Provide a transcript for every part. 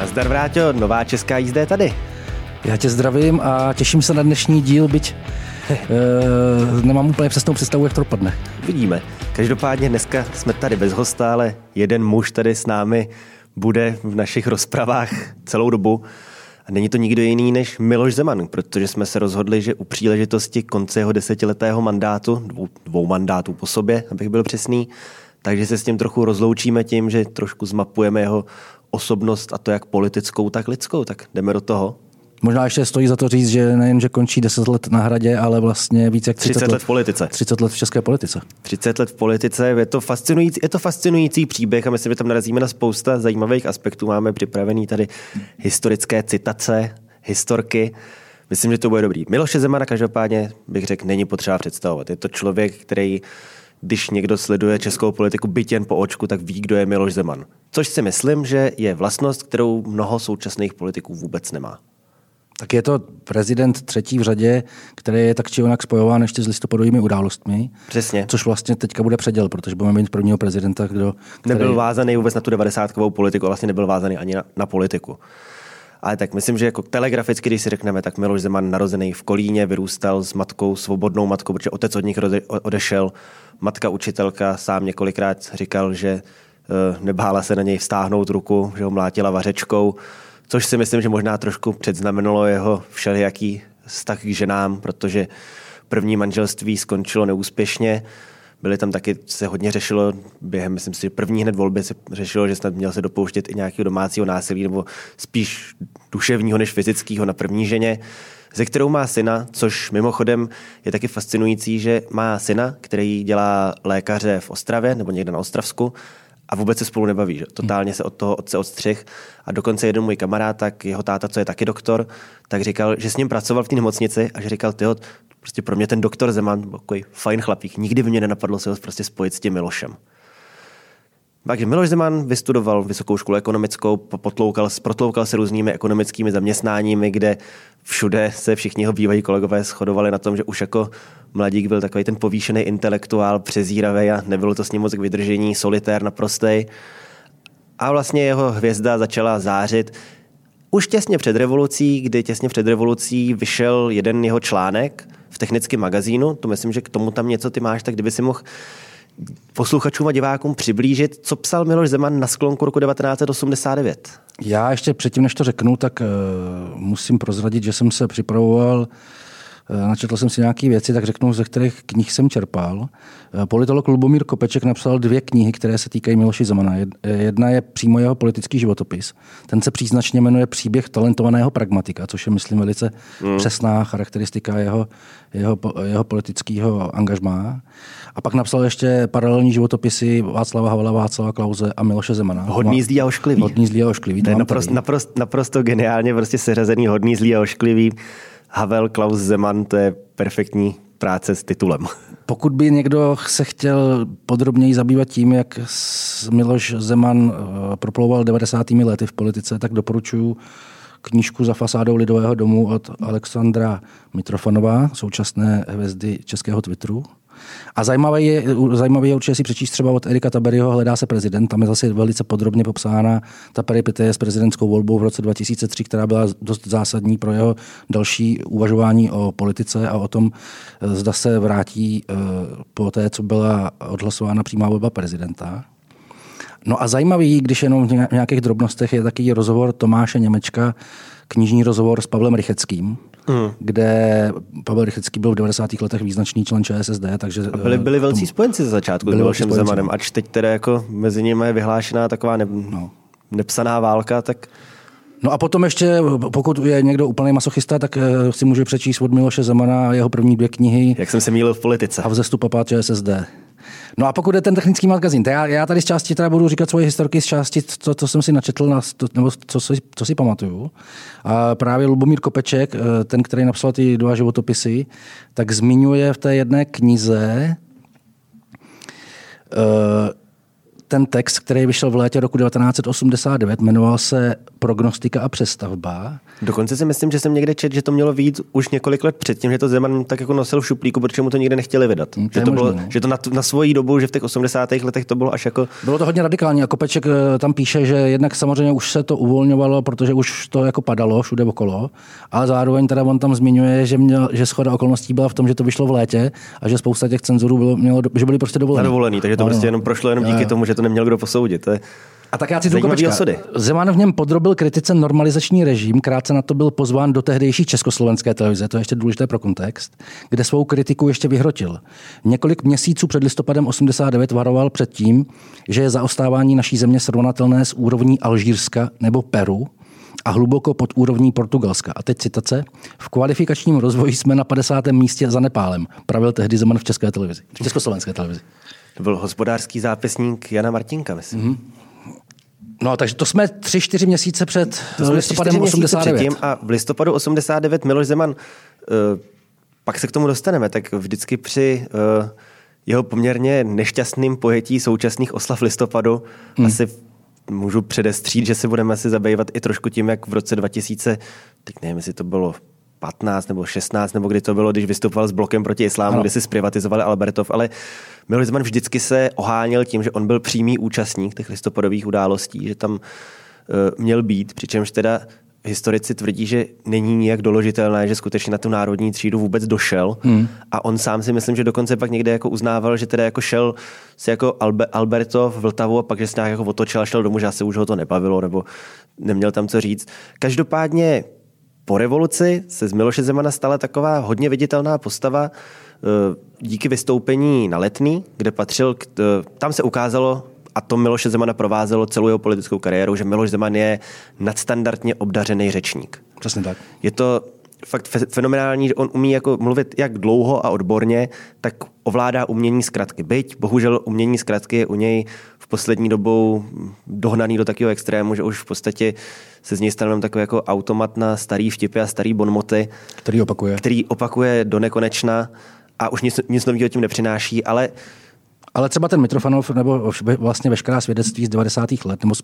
Nazdar Vráťo, nová česká jízda je tady. Já tě zdravím a těším se na dnešní díl, byť nemám úplně přesnou představu, jak to dopadne. Vidíme. Každopádně dneska jsme tady bez hosta, ale jeden muž tady s námi bude v našich rozpravách celou dobu. A není to nikdo jiný než Miloš Zeman, protože jsme se rozhodli, že u příležitosti konce jeho 10letého mandátu, dvou mandátů po sobě, abych byl přesný, takže se s tím trochu rozloučíme tím, že trošku zmapujeme jeho osobnost, a to jak politickou, tak lidskou. Tak jdeme do toho. Možná ještě stojí za to říct, že nejen, že končí 10 let na Hradě, ale vlastně víc jak 30 let v politice. 30 let v české politice. 30 let v politice, je to fascinující příběh a myslím, že tam narazíme na spousta zajímavých aspektů. Máme připravený tady historické citace, historky. Myslím, že to bude dobrý. Miloše Zemana každopádně bych řekl, není potřeba představovat. Je to člověk, který, když někdo sleduje českou politiku byť jen po očku, tak ví, kdo je Miloš Zeman. Což si myslím, že je vlastnost, kterou mnoho současných politiků vůbec nemá. Tak je to prezident třetí v řadě, který je tak či onak spojován ještě s listopadovými událostmi. Přesně. Což vlastně teďka bude předěl, protože budeme mít prvního prezidenta, který nebyl vázaný vůbec na tu 90kovou politiku, vlastně nebyl vázaný ani na politiku. Ale tak myslím, že jako telegraficky, když si řekneme, tak Miloš Zeman narozený v Kolíně, vyrůstal s matkou, svobodnou matkou, protože otec od nich odešel. Matka učitelka, sám několikrát říkal, že nebála se na něj vztáhnout ruku, že ho mlátila vařečkou, což si myslím, že možná trošku předznamenalo jeho všelijaký vztah k ženám, protože první manželství skončilo neúspěšně. Byly tam taky, se hodně řešilo během, myslím si, první hned volby se řešilo, že snad měl se dopouštět i nějakého domácího násilí nebo spíš duševního než fyzického na první ženě, ze kterou má syna, což mimochodem je taky fascinující, že má syna, který dělá lékaře v Ostravě nebo někde na Ostravsku a vůbec se spolu nebaví. Že? Totálně se od toho otce odstřih. A dokonce jeden můj kamarád, tak jeho táta, co je taky doktor, tak říkal, že s ním pracoval v té nemocnici a že říkal, tyjo, prostě pro mě ten doktor Zeman byl takový fajn chlapík. Nikdy by mě nenapadlo se ho prostě spojit s tím Milošem. Takže Miloš Zeman vystudoval vysokou školu ekonomickou, protloukal se různými ekonomickými zaměstnáními, kde všude se všichni jeho bývalí kolegové shodovali na tom, že už jako mladík byl takový ten povýšený intelektuál, přezíravý a nebylo to s ním moc k vydržení, solitér naprostej. A vlastně jeho hvězda začala zářit už těsně před revolucí, kdy těsně před revolucí vyšel jeden jeho článek v Technickém magazínu. To myslím, že k tomu tam něco ty máš, tak kdyby si mohl posluchačům a divákům přiblížit, co psal Miloš Zeman na sklonku roku 1989. Já ještě předtím, než to řeknu, tak musím prozradit, že jsem se připravoval, načetl jsem si nějaké věci, tak řeknu, ze kterých knih jsem čerpal. Politolog Lubomír Kopeček napsal 2 knihy, které se týkají Miloše Zemana. Jedna je přímo jeho politický životopis. Ten se příznačně jmenuje Příběh talentovaného pragmatika, což je, myslím, velice přesná charakteristika jeho politického angažmá. A pak napsal ještě paralelní životopisy Václava Havla, Václava Klause a Miloše Zemana. Hodný, zlý a ošklivý. Hodný, zlý a ošklivý. To je naprosto geniálně prostě seřazený Hodný, zlý a ošklivý. Havel, Klaus, Zeman, to je perfektní práce s titulem. Pokud by někdo se chtěl podrobněji zabývat tím, jak Miloš Zeman proplouval 90. lety v politice, tak doporučuji knížku Za fasádou Lidového domu od Alexandra Mitrofanova, současné hvězdy českého Twitteru. A zajímavé je určitě si přečíst třeba od Erika Taberyho Hledá se prezident. Tam je zase velice podrobně popsána ta peripetie s prezidentskou volbou v roce 2003, která byla dost zásadní pro jeho další uvažování o politice a o tom, zda se vrátí po té, co byla odhlasována přímá volba prezidenta. No a zajímavý, když jenom v nějakých drobnostech, je taky rozhovor Tomáše Němečka, knižní rozhovor s Pavlem Rycheckým, kde Pavel Rychecký byl v 90. letech význačný člen ČSSD, takže byli velcí spojenci ze začátku s Milošem Zemanem, ač teď teda jako mezi nimi je vyhlášená taková nepsaná válka, tak. No a potom ještě, pokud je někdo úplný masochista, tak si může přečíst od Miloše Zemana jeho první 2 knihy. Jak jsem se mýlil v politice. A Vzestup papá ČSSD. No a pokud je ten Technický magazín, já tady z části teda budu říkat svoje historky, z části, co jsem si načetl, nebo co si pamatuju. A právě Lubomír Kopeček, ten, který napsal ty 2 životopisy, tak zmiňuje v té jedné knize ten text, který vyšel v létě roku 1989, jmenoval se Prognostika a přestavba. Dokonce si myslím, že jsem někde četl, že to mělo vyjít už několik let předtím, že to Zeman tak jako nosil v šuplíku, protože mu to nikde nechtěli vydat. Že to na svoji dobu, že v těch 80. letech to bylo až jako... Bylo to hodně radikální a Kopeček tam píše, že jednak samozřejmě už se to uvolňovalo, protože už to jako padalo všude okolo, ale zároveň teda on tam zmiňuje, že shoda okolností byla v tom, že to vyšlo v létě a že spousta těch cenzurů že byli prostě dovolení. Takže to prostě jenom prošlo jenom díky tomu, že to neměl kdo posoudit. A tak já cituji Kopečka. Zeman v něm podrobil kritice normalizační režim, krátce na to byl pozván do tehdejší československé televize, to je ještě důležité pro kontext, kde svou kritiku ještě vyhrotil. Několik měsíců před listopadem 89 varoval před tím, že je zaostávání naší země srovnatelné s úrovní Alžírska nebo Peru a hluboko pod úrovní Portugalska. A teď citace. V kvalifikačním rozvoji jsme na 50. místě za Nepálem, pravil tehdy Zeman v české televizi, v československé televizi. To byl hospodářský zápisník Jana Martinka, myslím. Mm-hmm. No, takže to jsme 3-4 měsíce před listopadem 89. A v listopadu 89 Miloš Zeman, pak se k tomu dostaneme, tak vždycky při jeho poměrně nešťastným pojetí současných oslav listopadu asi můžu předestřít, že se budeme asi zabývat i trošku tím, jak v roce 2000, teď nevím, jestli to bylo 15 nebo 16, nebo kdy to bylo, když vystupoval s blokem proti islámu, kdy si zprivatizovali Albertov, ale Miloš Zeman vždycky se oháněl tím, že on byl přímý účastník těch listopadových událostí, že tam měl být, přičemž teda historici tvrdí, že není nijak doložitelné, že skutečně na tu národní třídu vůbec došel. A on sám si myslím, že dokonce pak někde jako uznával, že teda jako šel si jako Albertov, Vltavu a pak že se nějak jako otočil a šel domů, že asi už ho to nebavilo nebo neměl tam co říct. Každopádně po revoluci se z Miloše Zemana stala taková hodně viditelná postava díky vystoupení na Letný, kde patřil, tam se ukázalo, a to Miloše Zemana provázelo celou jeho politickou kariéru, že Miloš Zeman je nadstandardně obdařený řečník. Přesně tak. Je to fakt fenomenální, že on umí jako mluvit jak dlouho a odborně, tak ovládá umění zkratky. Byť, bohužel umění zkratky je u něj v poslední dobou dohnaný do takového extrému, že už v podstatě se z něj stane takový jako automat na starý vtipy a starý bonmoty. Který opakuje do nekonečna a už nic nového tím nepřináší, ale třeba ten Mitrofanov nebo vlastně veškerá svědectví z 90. let nebo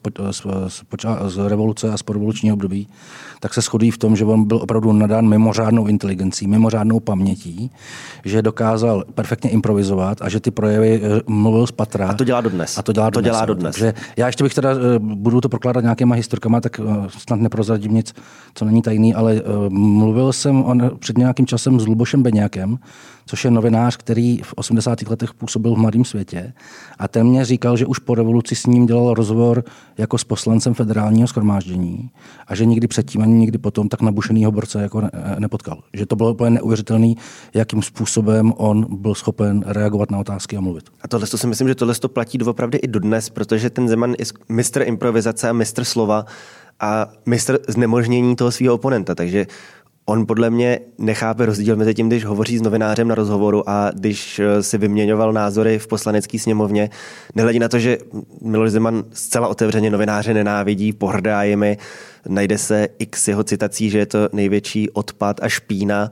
z revoluce a z porevolučního období, tak se shodují v tom, že on byl opravdu nadán mimořádnou inteligencí, mimořádnou pamětí, že dokázal perfektně improvizovat a že ty projevy mluvil z patra. A to dělá dodnes. Takže já ještě bych teda, budu to prokládat nějakýma historkama, tak snad neprozradím nic, co není tajný, ale mluvil jsem před nějakým časem s Lubošem Beňákem, což je novinář, který v 80. letech působil v Mladém světě. A ten mě říkal, že už po revoluci s ním dělal rozhovor jako s poslancem federálního shromáždění a že nikdy předtím ani nikdy potom tak nabušenýho borce jako nepotkal. Že to bylo úplně neuvěřitelný, jakým způsobem on byl schopen reagovat na otázky a mluvit. A tohle si myslím, že tohle platí doopravdy i dodnes, protože ten Zeman je mistr improvizace a mistr slova a mistr znemožnění toho svého oponenta, takže on podle mě nechápe rozdíl mezi tím, když hovoří s novinářem na rozhovoru a když si vyměňoval názory v poslanecké sněmovně. Nehledě na to, že Miloš Zeman zcela otevřeně novináře nenávidí, pohrdá jimi, najde se x jeho citací, že je to největší odpad a špína.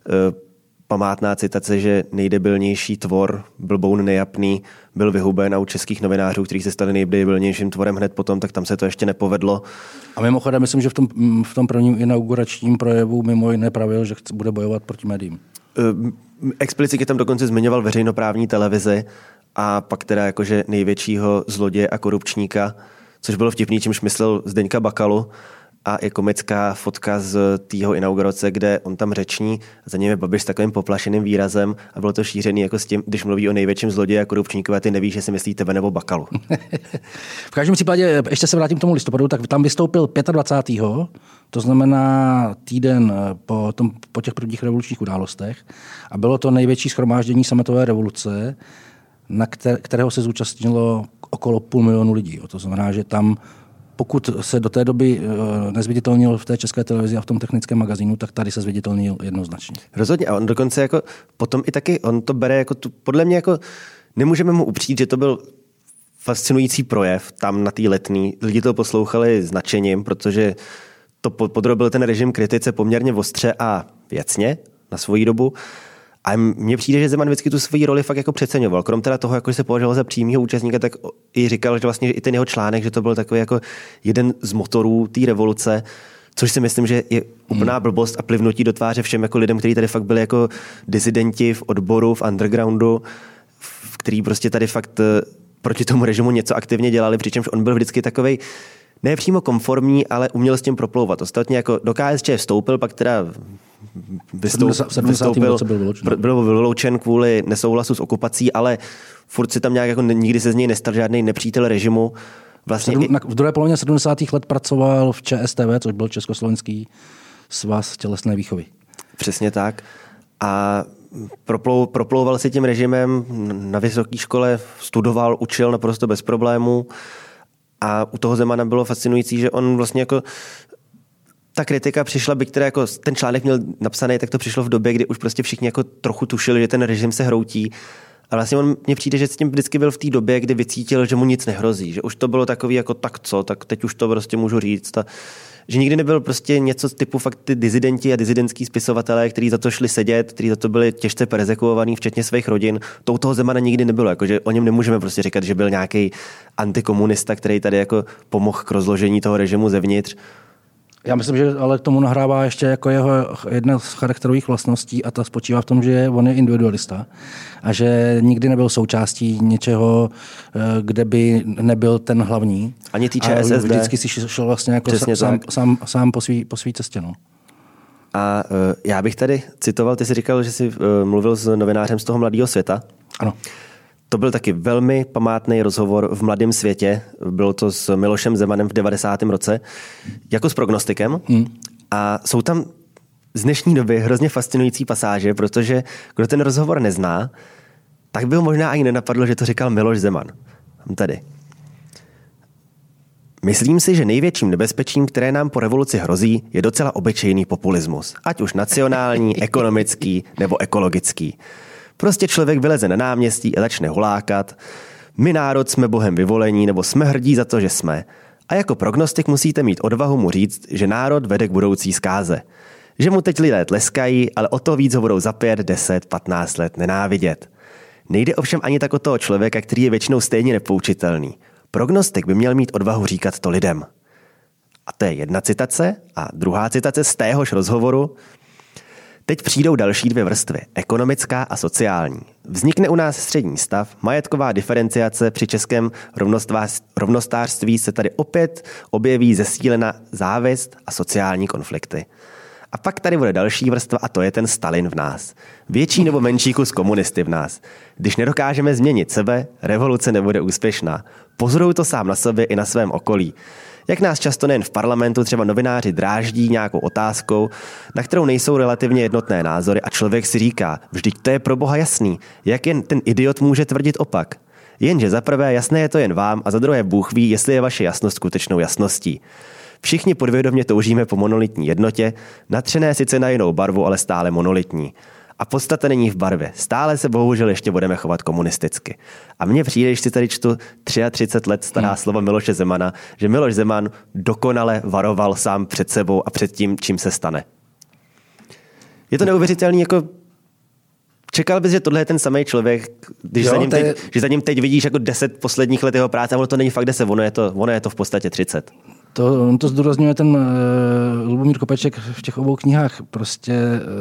Památná citace, že nejdebilnější tvor, blboun nejapný, byl vyhuben a u českých novinářů, kteří se stali nejdebilnějším tvorem hned potom, tak tam se to ještě nepovedlo. A mimochodem, myslím, že v tom prvním inauguračním projevu mimo jiné pravil, že bude bojovat proti médiím. Explicitně tam dokonce zmiňoval veřejnoprávní televizi a pak teda jakože největšího zloděje a korupčníka, což bylo vtipný, čímž myslel Zdeňka Bakalu. A je komická fotka z tého inaugurace, kde on tam řeční, za ním je Babiš s takovým poplašeným výrazem a bylo to šířený jako s tím, když mluví o největším zloději a korupčníkovi a ty nevíš, jestli myslí tebe nebo Bakalu. V každém případě, ještě se vrátím k tomu listopadu, tak tam vystoupil 25. To znamená týden po těch prvních revolučních událostech a bylo to největší shromáždění sametové revoluce, na kterého se zúčastnilo okolo 500 000 lidí. To znamená, že tam pokud se do té doby nezviditelnil v té české televizi a v tom technickém magazínu, tak tady se zviditelnil jednoznačně. Rozhodně. A on dokonce jako potom i taky, on to bere jako podle mě jako nemůžeme mu upřít, že to byl fascinující projev tam na té Letný. Lidi to poslouchali s nadšením, protože to podrobil ten režim kritice poměrně ostře a věcně na svoji dobu. A mně přijde, že Zeman vždycky tu svoji roli fakt jako přeceňoval. Krom teda toho, jako se považoval za přímého účastníka, tak i říkal, že vlastně i ten jeho článek, že to byl takový jako jeden z motorů té revoluce, což si myslím, že je úplná blbost a plivnutí do tváře všem jako lidem, kteří tady fakt byli jako disidenti v odboru, v undergroundu, který prostě tady fakt proti tomu režimu něco aktivně dělali, přičemž on byl vždycky takovej ne přímo konformní, ale uměl s tím proplouvat. Ostatně jako do KSČ vstoupil, pak teda byl vyloučen kvůli nesouhlasu s okupací, ale furt si tam nějak jako nikdy se z něj nestal žádný nepřítel režimu. Vlastně v druhé polovině 70. let pracoval v ČSTV, což byl Československý svaz tělesné výchovy. Přesně tak. A proplouval si tím režimem, na vysoké škole studoval, učil naprosto bez problémů. A u toho Zemana bylo fascinující, že on vlastně jako ta kritika přišla, byť teda jako ten článek měl napsaný, tak to přišlo v době, kdy už prostě všichni jako trochu tušili, že ten režim se hroutí. A vlastně on mně přijde, že s tím vždycky byl v té době, kdy vycítil, že mu nic nehrozí, že už to bylo takový jako tak co, tak teď už to prostě můžu říct. A že nikdy nebyl prostě něco typu fakt ty dizidenti a dizidentský spisovatelé, kteří za to šli sedět, kteří za to byli těžce perzekuovaní, včetně svých rodin. Toho Zemana nikdy nebylo, jakože o něm nemůžeme prostě říkat, že byl nějaký antikomunista, který tady jako pomohl k rozložení toho režimu zevnitř. Já myslím, že ale k tomu nahrává ještě jako jeho jedna z charakterových vlastností a ta spočívá v tom, že on je individualista a že nikdy nebyl součástí něčeho, kde by nebyl ten hlavní. Ani ty ČSSD. Vždycky si šel vlastně jako sám po svý cestě. No. A já bych tady citoval, ty jsi říkal, že jsi mluvil s novinářem z toho Mladého světa. Ano. To byl taky velmi památný rozhovor v Mladém světě. Bylo to s Milošem Zemanem v 90. roce, jako s prognostikem. A jsou tam z dnešní doby hrozně fascinující pasáže, protože kdo ten rozhovor nezná, tak by ho možná ani nenapadlo, že to říkal Miloš Zeman. Tady. Myslím si, že největším nebezpečím, které nám po revoluci hrozí, je docela obyčejný populismus. Ať už nacionální, ekonomický nebo ekologický. Prostě člověk vyleze na náměstí a začne hulákat. My národ jsme bohem vyvolení nebo jsme hrdí za to, že jsme. A jako prognostik musíte mít odvahu mu říct, že národ vede k budoucí zkáze. Že mu teď lidé tleskají, ale o to víc ho budou za 5, 10, 15 let nenávidět. Nejde ovšem ani tak o toho člověka, který je většinou stejně nepoučitelný. Prognostik by měl mít odvahu říkat to lidem. A to je jedna citace. A druhá citace z téhož rozhovoru. Teď přijdou další 2 vrstvy, ekonomická a sociální. Vznikne u nás střední stav, majetková diferenciace, při českém rovnostářství se tady opět objeví zesílená závist a sociální konflikty. A pak tady bude další vrstva a to je ten Stalin v nás. Větší nebo menší kus komunisty v nás. Když nedokážeme změnit sebe, revoluce nebude úspěšná. Pozoruju to sám na sobě i na svém okolí. Jak nás často nejen v parlamentu třeba novináři dráždí nějakou otázkou, na kterou nejsou relativně jednotné názory a člověk si říká, vždyť to je pro boha jasný, jak jen ten idiot může tvrdit opak. Jenže za prvé jasné je to jen vám a za druhé Bůh ví, jestli je vaše jasnost skutečnou jasností. Všichni podvědomě toužíme po monolitní jednotě, natřené sice na jinou barvu, ale stále monolitní. A podstata není v barvě. Stále se bohužel ještě budeme chovat komunisticky. A mně přijde, když si tady čtu 33 let stará slova Miloše Zemana, že Miloš Zeman dokonale varoval sám před sebou a před tím, čím se stane. Je to neuvěřitelný, jako čekal bys, že tohle je ten samý člověk, když že za ním teď vidíš jako 10 posledních let jeho práce, a ono to není fakt 10, ono je to v podstatě 30. To zdůrazňuje ten Lubomír Kopeček v těch obou knihách. Prostě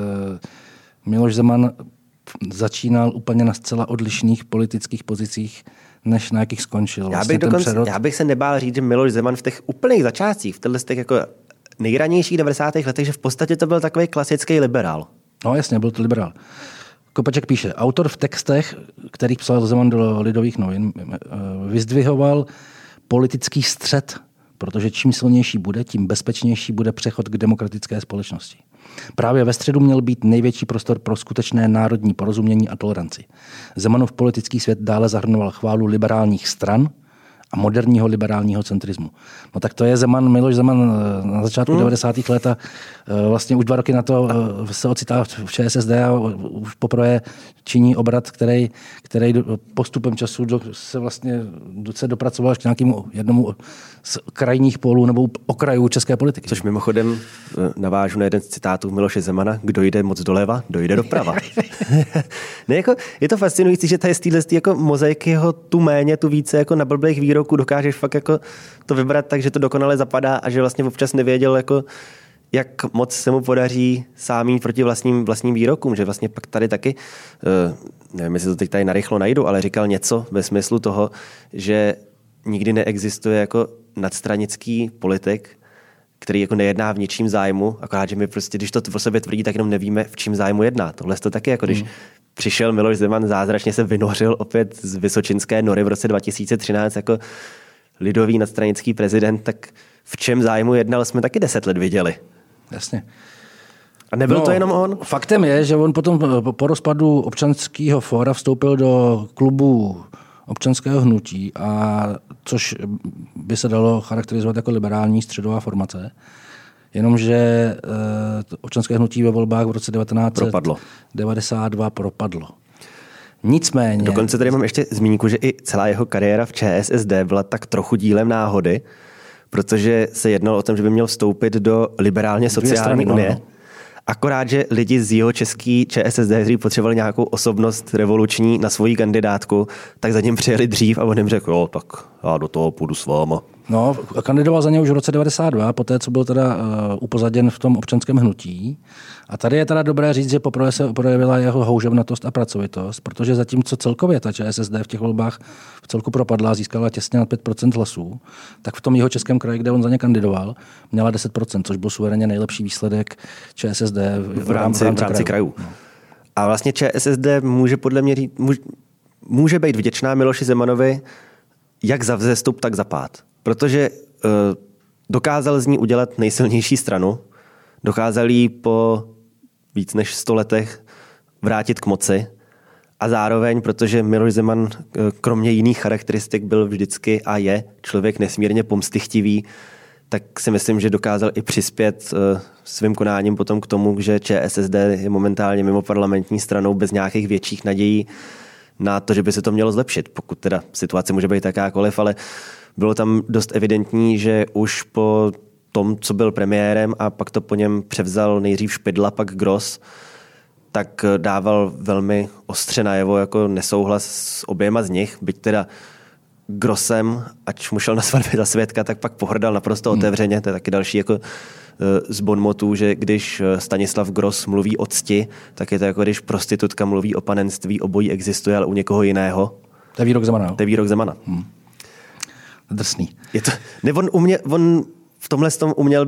Miloš Zeman začínal úplně na zcela odlišných politických pozicích, než na jakých skončil. Já bych se nebál říct, že Miloš Zeman v těch úplných začátcích, v těch jako nejranějších 90. letech, že v podstatě to byl takový klasický liberál. No jasně, byl to liberál. Kopeček píše, autor v textech, kterých psal Zeman do Lidových novin, vyzdvihoval politický střet, protože čím silnější bude, tím bezpečnější bude přechod k demokratické společnosti. Právě ve středu měl být největší prostor pro skutečné národní porozumění a toleranci. Zemanův politický svět dále zahrnoval chválu liberálních stran a moderního liberálního centrismu. No tak to je Miloš Zeman na začátku 90. let a vlastně už 2 roky na to se ocitá v ČSSD a už poprvé činí obrat, který postupem času se dopracoval k nějakému jednomu z krajních pólů nebo okrajů české politiky. Což mimochodem navážu na jeden z citátů Miloše Zemana, kdo jde moc doleva, dojde doprava. Ne, jako, je to fascinující, že tady z téhle jako mozaiky ho tu méně, tu více jako na blblých výroků dokážeš fakt jako to vybrat tak, že to dokonale zapadá a že vlastně občas nevěděl, jako, jak moc se mu podaří sám jít proti vlastním výrokům, že vlastně pak tady taky, nevím, jestli to teď tady narychlo najdu, ale říkal něco ve smyslu toho, že nikdy neexistuje jako nadstranický politik, který jako nejedná v ničím zájmu, akorát, že my prostě, když to o sobě tvrdí, tak jenom nevíme, v čím zájmu jedná. Tohle to taky, jako když přišel Miloš Zeman, zázračně se vynořil opět z Vysočinské nory v roce 2013 jako lidový nadstranický prezident, tak v čem zájmu jednal, jsme taky 10 let viděli. Jasně. A nebyl to jenom on? Faktem je, že on potom po rozpadu Občanského fóra vstoupil do klubu občanského hnutí, což by se dalo charakterizovat jako liberální středová formace. Jenomže občanské hnutí ve volbách v roce 1992 propadlo. Nicméně... Dokonce tady mám ještě zmínku, že i celá jeho kariéra v ČSSD byla tak trochu dílem náhody, protože se jednalo o tom, že by měl vstoupit do liberálně sociální unie. No. Akorát, že lidi z jeho český ČSSD, kteří potřebovali nějakou osobnost revoluční na svoji kandidátku, tak za ním přijeli dřív a on jim řekl, jo, tak já do toho půjdu s váma. No, kandidoval za něj už v roce 92, poté, co byl teda upozaděn v tom občanském hnutí. A tady je teda dobré říct, že poprvé se projevila jeho houževnatost a pracovitost, protože zatímco celkově ta ČSSD v těch volbách v celku propadla, získala těsně nad 5% hlasů, tak v tom jeho českém kraji, kde on za ně kandidoval, měla 10%, což byl suverénně nejlepší výsledek ČSSD v rámci krajů. No. A vlastně ČSSD může podle mě může být vděčná Miloši Zemanovi jak za vzestup, tak za pád. Protože dokázal z ní udělat nejsilnější stranu, dokázal jí po víc než 100 letech vrátit k moci a zároveň, protože Miloš Zeman kromě jiných charakteristik byl vždycky a je člověk nesmírně pomstychtivý, tak si myslím, že dokázal i přispět svým konáním potom k tomu, že ČSSD je momentálně mimo parlamentní stranou bez nějakých větších nadějí na to, že by se to mělo zlepšit, pokud teda situace může být takákoliv, ale bylo tam dost evidentní, že už po tom, co byl premiérem a pak to po něm převzal nejdřív Špidla, pak Gross, tak dával velmi ostře najevo jako nesouhlas s oběma z nich, byť teda Grossem, ač mu šel na svatbě za svědka, tak pak pohrdal naprosto otevřeně. To je taky další jako z bonmotů, že když Stanislav Gross mluví o cti, tak je to jako když prostitutka mluví o panenství, obojí existuje, ale u někoho jiného. To je výrok Zemana. To je výrok Zemana. Drsný. Je to, ne, on v tomhle tom uměl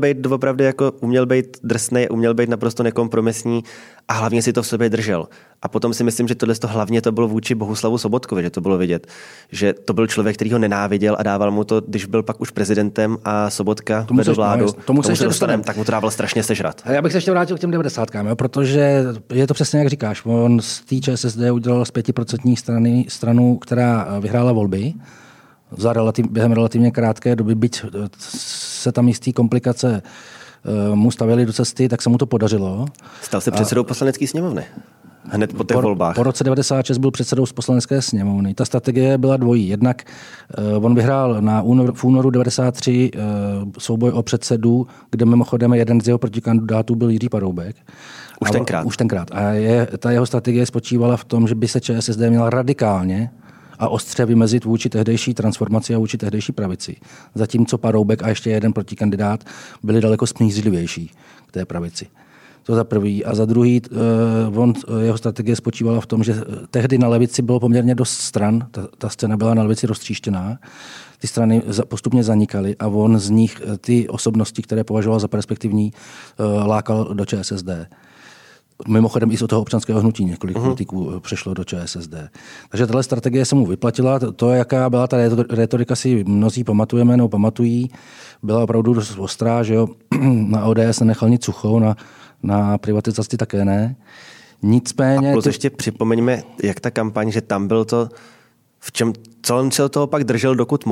být drsný, uměl být naprosto nekompromisní a hlavně si to v sobě držel. A potom si myslím, že hlavně to bylo vůči Bohuslavu Sobotkovi, že to bylo vidět. Že to byl člověk, který ho nenáviděl a dával mu to, když byl pak už prezidentem a Sobotka vedl vládu, tomu se dostaneme, tak mu to dával strašně sežrat. A já bych se ještě vrátil k těm 90kám, protože je to přesně jak říkáš. On z té ČSSD udělal z 5% stranu, která vyhrála volby během relativně krátké doby, byť se tam jistý komplikace mu stavěly do cesty, tak se mu to podařilo. Stal se předsedou poslanecké sněmovny. Hned po těch volbách. Po roce 96 byl předsedou z poslanecké sněmovny. Ta strategie byla dvojí. Jednak on vyhrál v únoru 93 souboj o předsedu, kde mimochodem jeden z jeho protikandidátů byl Jiří Paroubek. Už tenkrát. A ta jeho strategie spočívala v tom, že by se ČSSD měla radikálně a ostře vymezit vůči tehdejší transformaci a vůči tehdejší pravici. Zatímco Paroubek a ještě jeden protikandidát byli daleko smířlivější k té pravici. To za prvý. A za druhý, jeho strategie spočívala v tom, že tehdy na levici bylo poměrně dost stran, ta scéna byla na levici roztříštěná, ty strany postupně zanikaly a on z nich ty osobnosti, které považoval za perspektivní, lákal do ČSSD. Mimochodem i z toho občanského hnutí několik politiků přešlo do ČSSD. Takže tato strategie se mu vyplatila. To, jaká byla ta retorika, si mnozí pamatují. Byla opravdu dost ostrá, že jo. Na ODS nenechal nic suchou, na privatizaci také ne. Nicméně... A plus ještě připomeňme, jak ta kampaň, že tam byl to, co on se od toho pak držel, dokud mohl,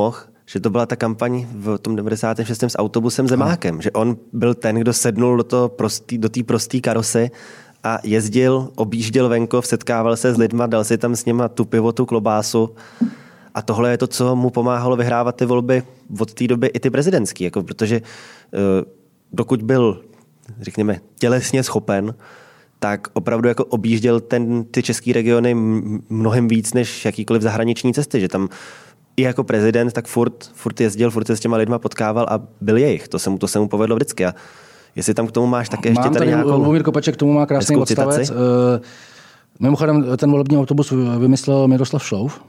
že to byla ta kampaň v tom 96. s autobusem Zemákem, že on byl ten, kdo sednul do té prosté karosy a jezdil, objížděl venkov, setkával se s lidma, dal si tam s nima tu pivo, tu klobásu. A tohle je to, co mu pomáhalo vyhrávat ty volby od té doby i ty prezidentský, jako protože dokud byl, řekněme, tělesně schopen, tak opravdu jako objížděl ty český regiony mnohem víc než jakýkoliv zahraniční cesty, že tam i jako prezident tak furt jezdil, furt se s těma lidma potkával a byl jejich. To se mu povedlo vždycky. A jestli tam k tomu máš také ještě tady nějakou... Lubomír Kopeček k tomu má krásný odstavec. Mimochodem, ten volební autobus vymyslel Miroslav Šlouf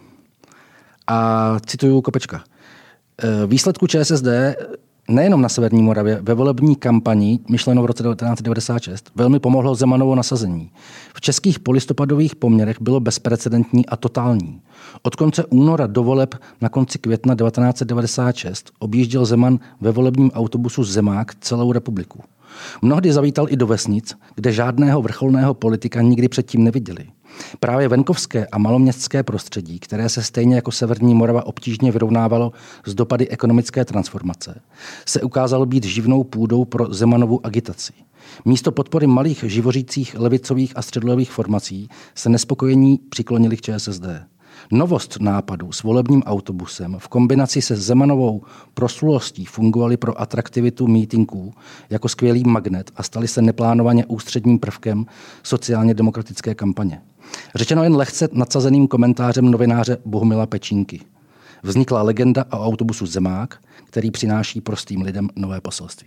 a cituju Kopečka. Výsledku ČSSD nejenom na Severní Moravě ve volební kampani, myšleno v roce 1996, velmi pomohlo Zemanovo nasazení. V českých polistopadových poměrech bylo bezprecedentní a totální. Od konce února do voleb na konci května 1996 objížděl Zeman ve volebním autobusu Zemák celou republiku. Mnohdy zavítal i do vesnic, kde žádného vrcholného politika nikdy předtím neviděli. Právě venkovské a maloměstské prostředí, které se stejně jako Severní Morava obtížně vyrovnávalo s dopady ekonomické transformace, se ukázalo být živnou půdou pro Zemanovu agitaci. Místo podpory malých živořících levicových a středolevých formací se nespokojení přiklonili k ČSSD. Novost nápadu s volebním autobusem v kombinaci se Zemanovou proslulostí fungovaly pro atraktivitu mítinků jako skvělý magnet a staly se neplánovaně ústředním prvkem sociálně demokratické kampaně. Řečeno jen lehce nadsazeným komentářem novináře Bohumila Pečínky. Vznikla legenda o autobusu Zemák, který přináší prostým lidem nové poselství.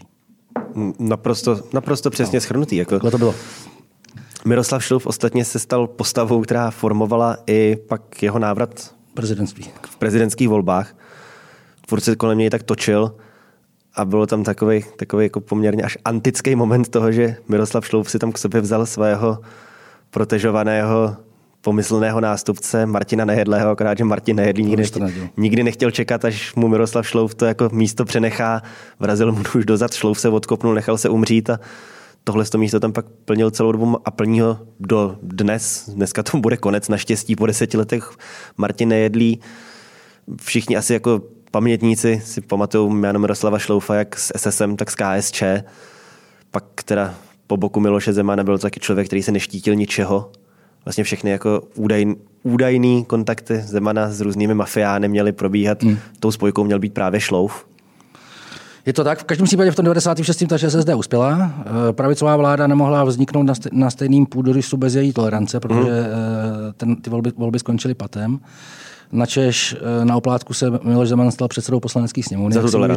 Naprosto přesně shrnutý. Jako to bylo. Miroslav Šlouf ostatně se stal postavou, která formovala i pak jeho návrat v prezidentských volbách. Tvůrce se kolem něj tak točil a bylo tam takový jako poměrně až antický moment toho, že Miroslav Šlouf si tam k sobě vzal svého protežovaného pomyslného nástupce Martina Nejedlého, akorát, že Martin Nejedlý nikdy nechtěl čekat, až mu Miroslav Šlouf to jako místo přenechá, vrazil mu už dozad, Šlouf se odkopnul, nechal se umřít a tohle místo tam pak plnil celou dobu a plní ho do dnes. Dneska to bude konec, naštěstí po 10 letech Martin Nejedlý. Všichni asi jako pamětníci si pamatují jméno Miroslava Šloufa jak s SSM, tak s KSČ. Pak teda po boku Miloše Zemana byl to taky člověk, který se neštítil ničeho. Vlastně všechny jako údajný kontakty Zemana s různými mafiány měly probíhat. Tou spojkou měl být právě Šlouf. Je to tak. V každém případě v tom 96. ta ČSSD uspěla. Pravicová vláda nemohla vzniknout na stejným půdorysu bez její tolerance, protože ty volby skončily patem. Načež na oplátku se Miloš Zeman stal předsedou poslanecké sněmovny,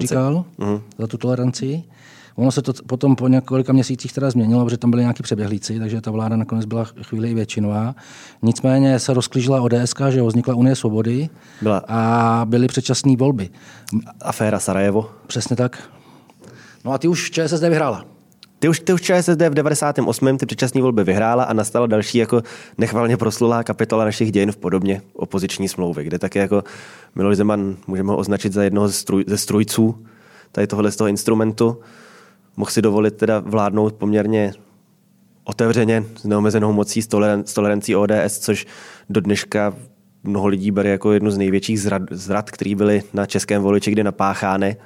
za tu toleranci. Ono se to potom po několika měsících teda změnilo, protože tam byli nějaký přeběhlíci, takže ta vláda nakonec byla chvíli i většinová. Nicméně se rozklížila ODSK, že vznikla Unie svobody a byly předčasné volby. Aféra Sarajevo. Přesně tak. No a ty už ČSSD vyhrála. Ty už ČSSD v 98. ty předčasné volby vyhrála a nastala další jako nechvalně proslulá kapitola našich dějin v podobně opoziční smlouvy, kde také jako Miloš Zeman můžeme ho označit za jednoho ze strůjců tady tohle z toho instrumentu. Mohl si dovolit teda vládnout poměrně otevřeně s neomezenou mocí, s tolerancí ODS, což do dneška mnoho lidí bere jako jednu z největších zrad, které byly na českém voliči kdy napáchány.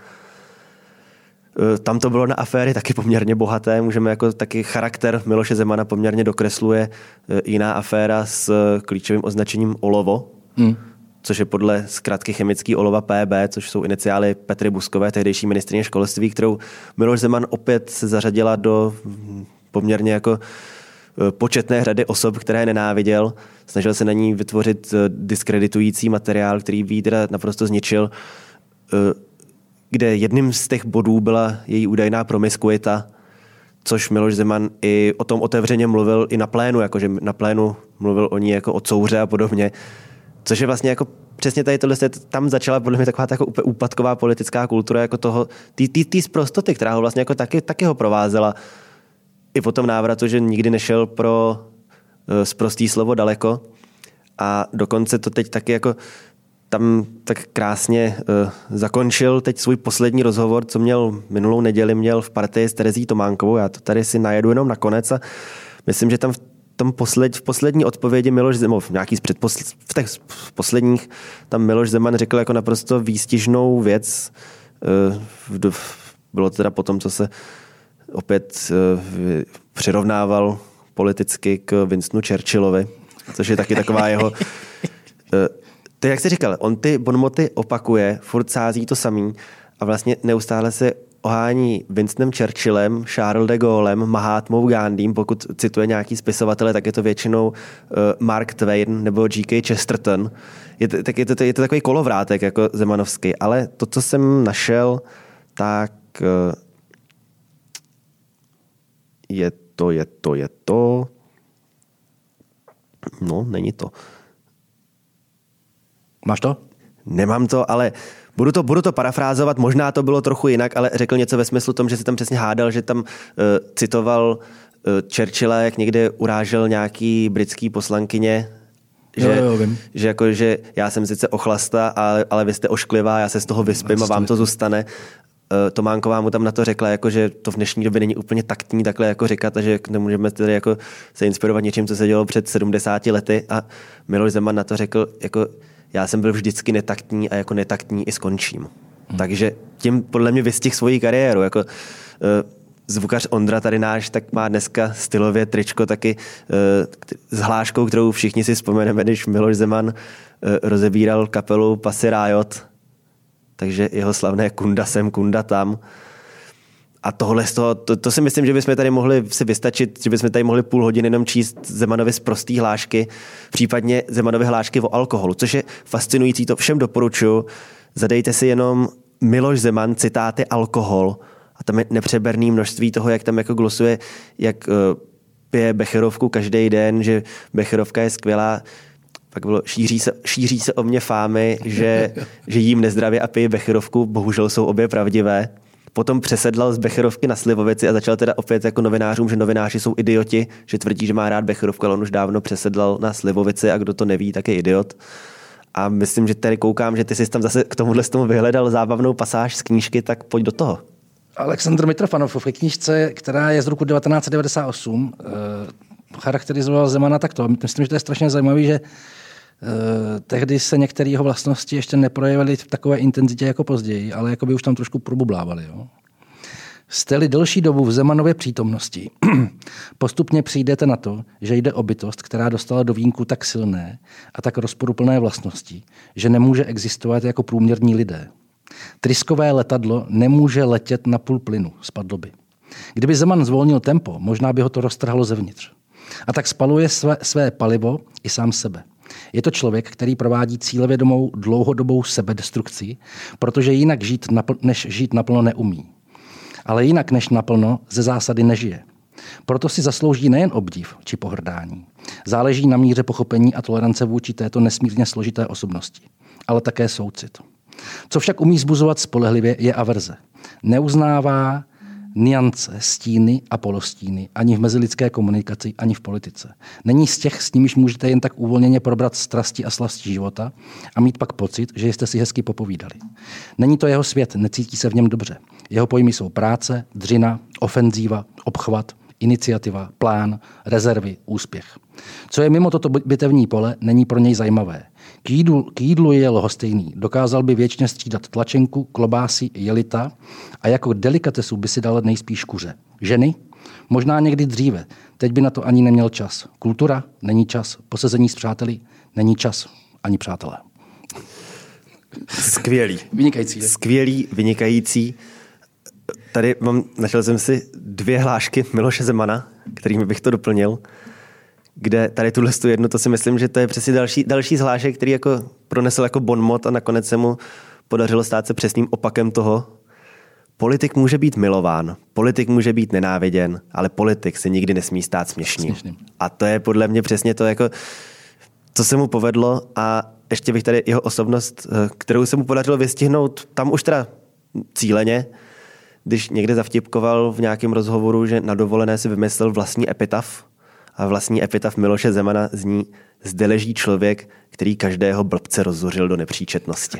Tam to bylo na aféry taky poměrně bohaté. Můžeme jako taky charakter Miloše Zemana poměrně dokresluje jiná aféra s klíčovým označením olovo, což je podle zkratky chemický olova PB, což jsou iniciály Petry Buskové, tehdejší ministryně školství, kterou Miloš Zeman opět se zařadila do poměrně jako početné řady osob, které nenáviděl. Snažil se na ní vytvořit diskreditující materiál, který by teda naprosto zničil, kde jedním z těch bodů byla její údajná promiskuita, což Miloš Zeman i o tom otevřeně mluvil i na plénu, jakože na plénu mluvil o ní jako o couře a podobně. Což je vlastně jako přesně tady tohle, tam začala podle mě taková úplně úpadková politická kultura jako toho, té zprostoty, která ho vlastně jako taky ho provázela. I po tom návratu, že nikdy nešel pro sprostý slovo daleko a dokonce to teď taky jako tam tak krásně zakončil teď svůj poslední rozhovor, co měl minulou neděli, měl v partii s Terezí Tománkovou. Já to tady si najedu jenom nakonec a myslím, že tam v v poslední odpovědi Miloš Zeman, v těch posledních, tam Miloš Zeman řekl jako naprosto výstižnou věc. Bylo teda potom, co se opět přirovnával politicky k Winstonu Churchillovi, což je taky taková jeho... To jak jsi říkal, on ty bonmoty opakuje, furt sází to samý a vlastně neustále se ohání Winstonem Churchillem, Charles de Gaulem, Mahatmou Gandhim, pokud cituje nějaký spisovatele, tak je to většinou Mark Twain nebo G.K. Chesterton. Je to takový kolovrátek jako zemanovský, ale to, co jsem našel, tak je to. No, není to. Máš to? Nemám to, ale budu to parafrázovat, možná to bylo trochu jinak, ale řekl něco ve smyslu tom, že si tam přesně hádal, že tam citoval Churchilla, jak někde urážel nějaký britský poslankyně, že já jsem sice ochlasta, ale vy jste ošklivá, já se z toho vyspím a vám to zůstane. Tománková mu tam na to řekla, jako, že to v dnešní době není úplně taktní takhle jako říkat a že nemůžeme tedy jako se inspirovat něčím, co se dělo před 70 lety a Miloš Zeman na to řekl, jako já jsem byl vždycky netaktní a jako netaktní i skončím. Takže tím podle mě vystihl svoji kariéru. Jako, zvukař Ondra tady náš, tak má dneska stylově tričko taky s hláškou, kterou všichni si vzpomeneme, když Miloš Zeman rozebíral kapelu Pussy Riot. Takže jeho slavné kunda sem, kunda tam. A tohle z toho, to si myslím, že bychom tady mohli si vystačit, že bychom tady mohli půl hodiny jenom číst Zemanovy sprostý hlášky, případně Zemanovy hlášky o alkoholu, což je fascinující, to všem doporučuji. Zadejte si jenom Miloš Zeman, citáty alkohol a tam je nepřeberné množství toho, jak tam jako glosuje, jak pije becherovku každý den, že becherovka je skvělá. Pak bylo, šíří se o mě fámy, že jím nezdravě a pije becherovku, bohužel jsou obě pravdivé. Potom přesedlal z becherovky na slivovici a začal teda opět jako novinářům, že novináři jsou idioti, že tvrdí, že má rád becherovku, ale on už dávno přesedlal na slivovici a kdo to neví, tak je idiot. A myslím, že tady koukám, že ty jsi tam zase k tomuhle z tomu vyhledal zábavnou pasáž z knížky, tak pojď do toho. Aleksandr Mitrofanov v knížce, která je z roku 1998, charakterizoval Zemana takto. Myslím, že to je strašně zajímavé, že tehdy se některé jeho vlastnosti ještě neprojevily v takové intenzitě jako později, ale jako by už tam trošku probublávaly. Jste-li delší dobu v Zemanově přítomnosti, postupně přijdete na to, že jde o bytost, která dostala do vínku tak silné a tak rozporuplné vlastnosti, že nemůže existovat jako průměrní lidé. Tryskové letadlo nemůže letět na půl plynu, spadlo by. Kdyby Zeman zvolnil tempo, možná by ho to roztrhalo zevnitř. A tak spaluje své palivo i sám sebe. Je to člověk, který provádí cílevědomou dlouhodobou sebedestrukci, protože jinak než žít naplno neumí. Ale jinak než naplno ze zásady nežije. Proto si zaslouží nejen obdiv či pohrdání. Záleží na míře pochopení a tolerance vůči této nesmírně složité osobnosti, ale také soucit. Co však umí zbuzovat spolehlivě, je averze. Neuznává nuance, stíny a polostíny ani v mezilidské komunikaci, ani v politice. Není z těch, s nimiž můžete jen tak uvolněně probrat strasti a slasti života a mít pak pocit, že jste si hezky popovídali. Není to jeho svět, necítí se v něm dobře. Jeho pojmy jsou práce, dřina, ofenzíva, obchvat, iniciativa, plán, rezervy, úspěch. Co je mimo toto bitevní pole, není pro něj zajímavé. K jídlu je lhostejný. Dokázal by věčně střídat tlačenku, klobásy, jelita a jako delikatesu by si dal nejspíš kuře. Ženy? Možná někdy dříve. Teď by na to ani neměl čas. Kultura? Není čas. Posezení s přáteli? Není čas. Ani přátelé. Skvělý. Vynikající. Skvělý, vynikající. Tady našel jsem si 2 hlášky Miloše Zemana, kterými bych to doplnil, kde tady tuhle jednu, to si myslím, že to je přesně další z hlášek, který jako pronesl jako bonmot a nakonec se mu podařilo stát se přesným opakem toho. Politik může být milován, politik může být nenáviděn, ale politik se nikdy nesmí stát směšným. A to je podle mě přesně to, jako, co se mu povedlo a ještě bych tady jeho osobnost, kterou se mu podařilo vystihnout, tam už teda cíleně, když někde zavtipkoval v nějakém rozhovoru, že na dovolené si vymyslel vlastní epitaf A vlastní epitaf Miloše Zemana zní: zde leží člověk, který každého blbce rozzuřil do nepříčetnosti.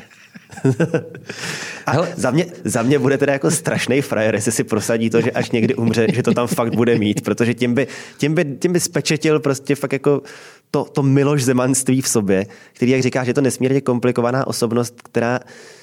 A za mě bude teda jako strašný frajer, jestli si prosadí to, že až někdy umře, že to tam fakt bude mít, protože tím by spečetil prostě fakt jako to Miloš Zemanství v sobě, který, jak říkáš, je to nesmírně komplikovaná osobnost, která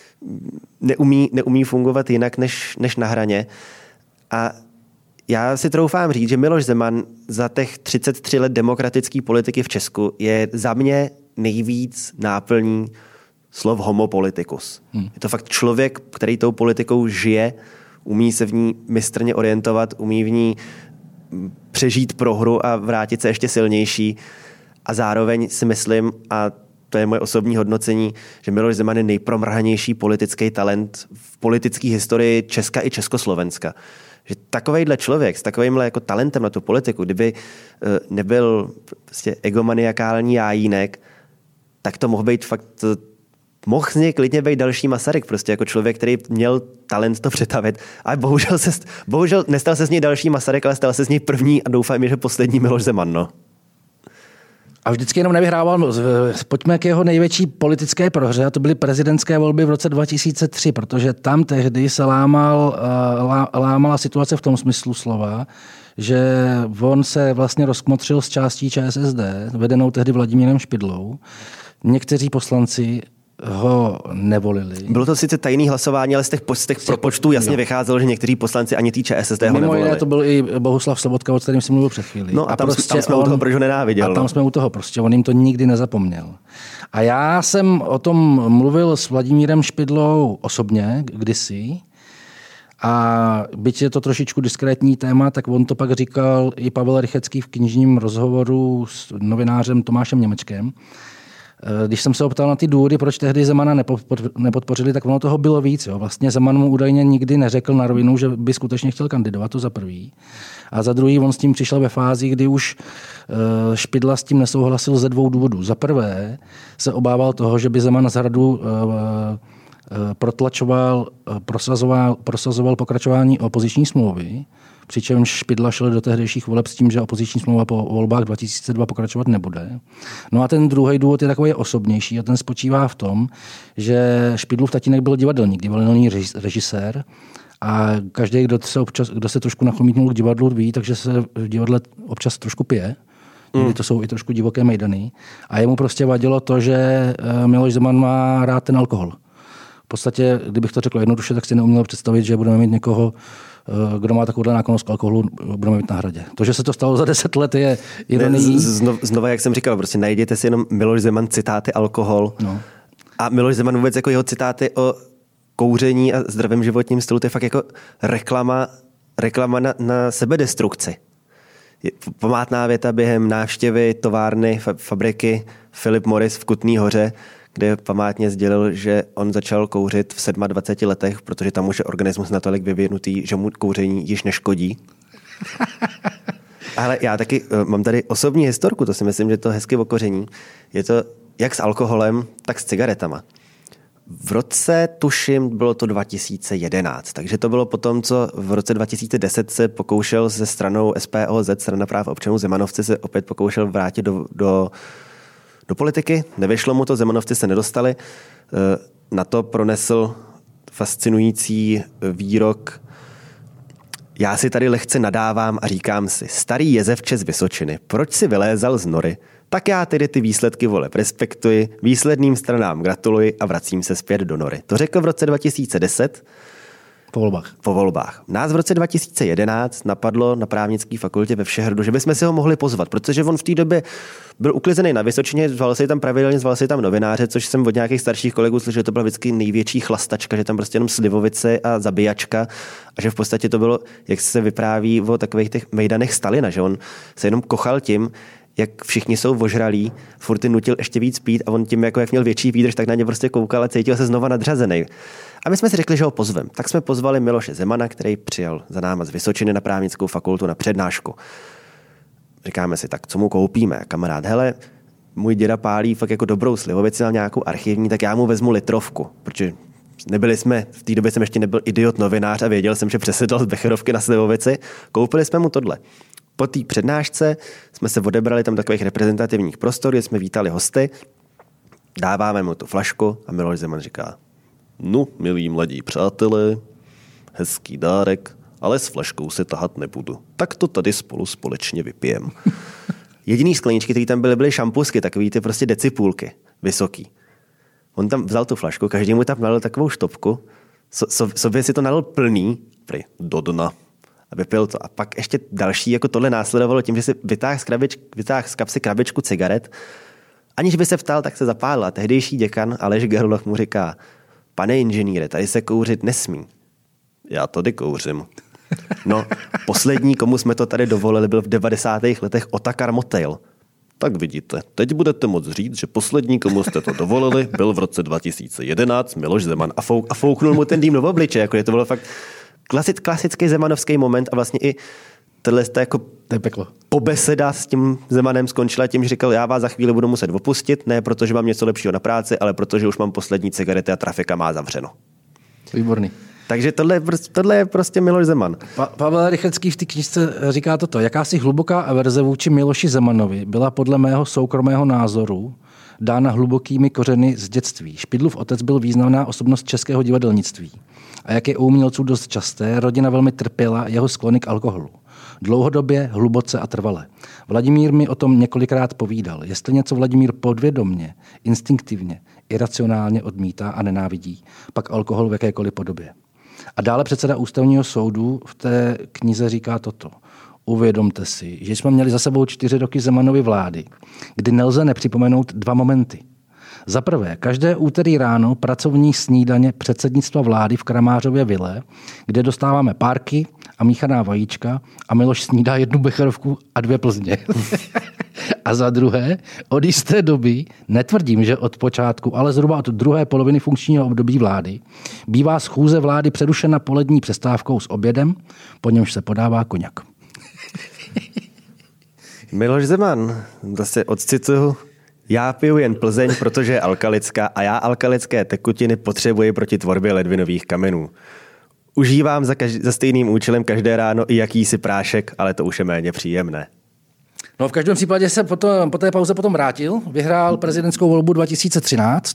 neumí fungovat jinak než na hraně. A já si troufám říct, že Miloš Zeman za těch 33 let demokratické politiky v Česku je za mě nejvíc náplní slov homo politicus. Je to fakt člověk, který tou politikou žije, umí se v ní mistrně orientovat, umí v ní přežít prohru a vrátit se ještě silnější. A zároveň si myslím, a to je moje osobní hodnocení, že Miloš Zeman je nejpromrhanější politický talent v politické historii Česka i Československa. Že takovejhle člověk s takovýmhle jako talentem na tu politiku, kdyby nebyl prostě egomaniakální jájínek, tak to mohl být fakt, mohl z něj klidně být další Masaryk, prostě jako člověk, který měl talent to přetavit. Ale bohužel nestal se z něj další Masaryk, ale stal se z něj první a doufám, že poslední Miloš Zeman, no. A vždycky jenom nevyhrával. Pojďme k jeho největší politické prohře, a to byly prezidentské volby v roce 2003, protože tam tehdy se lámala situace v tom smyslu slova, že on se vlastně rozkmotřil z částí ČSSD, vedenou tehdy Vladimírem Špidlou. Někteří poslanci ho nevolili. Bylo to sice tajný hlasování, ale z těch propočtů jasně vycházelo, že někteří poslanci ani tý ČSSD ho nevolili. Mimo jiné to byl i Bohuslav Sobotka, o kterém jsem mluvil před chvílí. No a tam jsme u toho, proč ho nenáviděl. A tam jsme u toho, prostě on jim to nikdy nezapomněl. A já jsem o tom mluvil s Vladimírem Špidlou osobně, kdysi. A byť je to trošičku diskrétní téma, tak on to pak říkal i Pavel Rychecký v knižním rozhovoru s novinářem Tomášem Němečkem. Když jsem se optal na ty důvody, proč tehdy Zemana nepodpořili, tak ono toho bylo víc. Jo. Vlastně Zeman mu údajně nikdy neřekl na rovinu, že by skutečně chtěl kandidovat, to za prvý. A za druhý on s tím přišel ve fázi, kdy už Špidla s tím nesouhlasil ze dvou důvodů. Za prvé se obával toho, že by Zeman z Hradu prosazoval pokračování opoziční smlouvy, přičemž Špidla šel do tehdejších voleb s tím, že opoziční smlouva po volbách 2002 pokračovat nebude. No a ten druhý důvod je takový osobnější a ten spočívá v tom, že Špidlův tatínek byl divadelník, divadelní režisér a každý, kdo se trošku nachomítnul k divadlu, ví, takže se v divadle občas trošku pije. Někdy to jsou i trošku divoké mejdany. A jemu prostě vadilo to, že Miloš Zeman má rád ten alkohol. V podstatě, kdybych to řekl jednoduše, tak si neuměl představit, že budeme mít někoho, kdo má takovou náklonnost k alkoholu, budeme mít na Hradě. To, že se to stalo za 10 let, je ironií. Znova, jak jsem říkal, prostě najděte si jenom Miloš Zeman citáty alkohol. No. A Miloš Zeman vůbec jako jeho citáty o kouření a zdravém životním stylu, to je fakt jako reklama na sebedestrukci. Památná věta během návštěvy továrny, fabriky Philip Morris v Kutný Hoře, kde památně sdělil, že on začal kouřit v 27 letech, protože tam už je organismus natolik vyvinutý, že mu kouření již neškodí. Ale já taky mám tady osobní historku, to si myslím, že to hezky okoření. Je to jak s alkoholem, tak s cigaretama. V roce, tuším, bylo to 2011, takže to bylo potom, co v roce 2010 se pokoušel se stranou SPOZ, Strana práv občanů, Zemanovci se opět pokoušel vrátit do politiky. Nevyšlo mu to, Zemanovci se nedostali. Na to pronesl fascinující výrok: já si tady lehce nadávám a říkám si, starý jezevče z Vysočiny, proč si vylézal z nory? Tak já tedy ty výsledky voleb respektuji, výsledným stranám gratuluji a vracím se zpět do nory. To řekl v roce 2010. Po volbách. Nás v roce 2011 napadlo na právnické fakultě ve Všehradu, že bychom si ho mohli pozvat, protože on v té době byl uklizený na Vysočině, zval se tam novináře, což jsem od nějakých starších kolegů slyšel, že to byla vždycky největší chlastačka, že tam prostě jenom slivovice a zabíjačka a že v podstatě to bylo, jak se vypráví o takových těch mejdanech Stalina, že on se jenom kochal tím, jak všichni jsou ožralí, furt ty nutil ještě víc pít a on tím, jako jak měl větší výdrž, tak na ně prostě koukal a cítil se znova nadřazený. A my jsme si řekli, že ho pozvem. Tak jsme pozvali Miloše Zemana, který přijel za náma z Vysočiny na právnickou fakultu na přednášku. Říkáme si, tak co mu koupíme? Kamarád, hele, můj děda pálí fakt jako dobrou slivovici, na nějakou archivní, tak já mu vezmu litrovku, protože v té době jsem ještě nebyl idiot novinář a věděl jsem, že přesedl z Becherovky na slivovici. Koupili jsme mu tohle. Po té přednášce jsme se odebrali tam takových reprezentativních prostor, kde jsme vítali hosty, dáváme mu tu flašku a Miloš Zeman říká: no, milí mladí přátelé, hezký dárek, ale s flaškou se tahat nebudu. Tak to tady spolu společně vypijem. Jediný skleničky, které tam byly šampusky, takový ty prostě decipůlky, vysoký. On tam vzal tu flašku, každý mu tam nalil takovou štopku, sobě si to nalil plný, do dna, a vypil to. A pak ještě další, jako tohle následovalo tím, že si vytáhl z kapsy krabičku cigaret, aniž by se vstal, tak se zapálil. A tehdejší děkan Aleš Gerloch mu říká: pane inženýre, tady se kouřit nesmí. Já tady kouřím. No, poslední, komu jsme to tady dovolili, byl v 90. letech Otakar Motejl. Tak vidíte, teď budete moct říct, že poslední, komu jste to dovolili, byl v roce 2011 Miloš Zeman a fouknul mu ten dým do obliče. Jako to bylo fakt klasický zemanovský moment a vlastně i tohle jako pobeseda s tím Zemanem skončila tím, že říkal: já vás za chvíli budu muset opustit, ne protože mám něco lepšího na práci, ale protože už mám poslední cigarety a trafika má zavřeno. Výborný. Takže tohle je prostě Miloš Zeman. Pavel Rychetský v té knížce říká toto: jakási hluboká averze vůči Miloši Zemanovi byla podle mého soukromého názoru dána hlubokými kořeny z dětství. Špidlův otec byl významná osobnost českého divadelnictví. A jak je u umělců dost časté, rodina velmi trpěla jeho sklony k alkoholu. Dlouhodobě, hluboce a trvale. Vladimír mi o tom několikrát povídal. Jestli něco Vladimír podvědomně, instinktivně, iracionálně odmítá a nenávidí, pak alkohol v jakékoliv podobě. A dále předseda ústavního soudu v té knize říká toto: uvědomte si, že jsme měli za sebou 4 roky Zemanovy vlády, kdy nelze nepřipomenout 2 momenty. Za prvé, každé úterý ráno pracovní snídaně předsednictva vlády v Kramářově vile, kde dostáváme párky a míchaná vajíčka a Miloš snídá 1 becherovku a 2 Plzně. A za druhé, od jisté doby, netvrdím, že od počátku, ale zhruba od druhé poloviny funkčního období vlády, bývá schůze vlády přerušena polední přestávkou s obědem, po němž se podává koněk. Miloš Zeman, zase odcituju: já piju jen Plzeň, protože je alkalická a já alkalické tekutiny potřebuji proti tvorbě ledvinových kamenů. Užívám za stejným účelem každé ráno i jakýsi prášek, ale to už je méně příjemné. No v každém případě se po té pauze potom vrátil, vyhrál prezidentskou volbu 2013.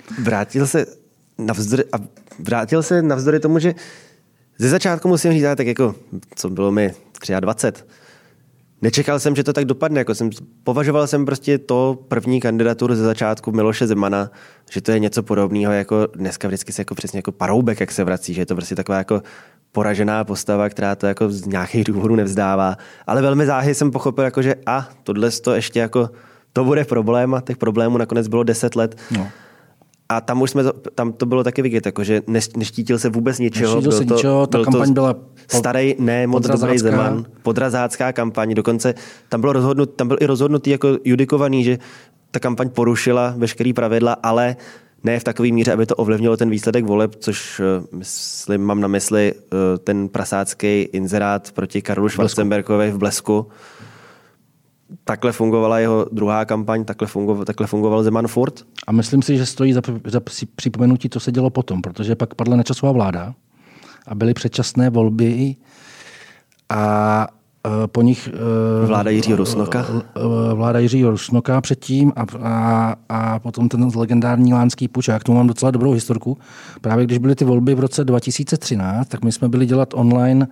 Vrátil se navzdory tomu, že ze začátku musím říct, tak jako, co bylo mi 23. Nečekal jsem, že to tak dopadne. Považoval jsem prostě to první kandidaturu ze začátku Miloše Zemana, že to je něco podobného, jako dneska vždycky se jako přesně jako Paroubek, jak se vrací, že je to prostě taková jako poražená postava, která to jako z nějakých důvodů nevzdává. Ale velmi záhy jsem pochopil, jako, že tohle to ještě jako, to bude problém a těch problémů nakonec bylo 10 let. No. A tam to bylo taky vidět, jako, že neštítil se vůbec ničeho. Ta kampaň byla starý, moc dobrý Zeman, podrazácká kampaň. Dokonce tam byl i rozhodnutý jako judikovaný, že ta kampaň porušila veškerý pravidla, ale ne v takové míře, aby to ovlivnilo ten výsledek voleb, což mám na mysli ten prasácký inzerát proti Karlu Schwarzenbergovi v Blesku. Takhle fungovala jeho druhá kampaň, takhle fungoval Zeman furt. A myslím si, že stojí za připomenutí, co se dělo potom, protože pak padla Nečasova vláda a byly předčasné volby a po nich vláda Jiřího Rusnoka. Vláda Jiřího Rusnoka předtím a potom ten legendární lánský puč. Já k tomu mám docela dobrou historku. Právě když byly ty volby v roce 2013, tak my jsme byli dělat online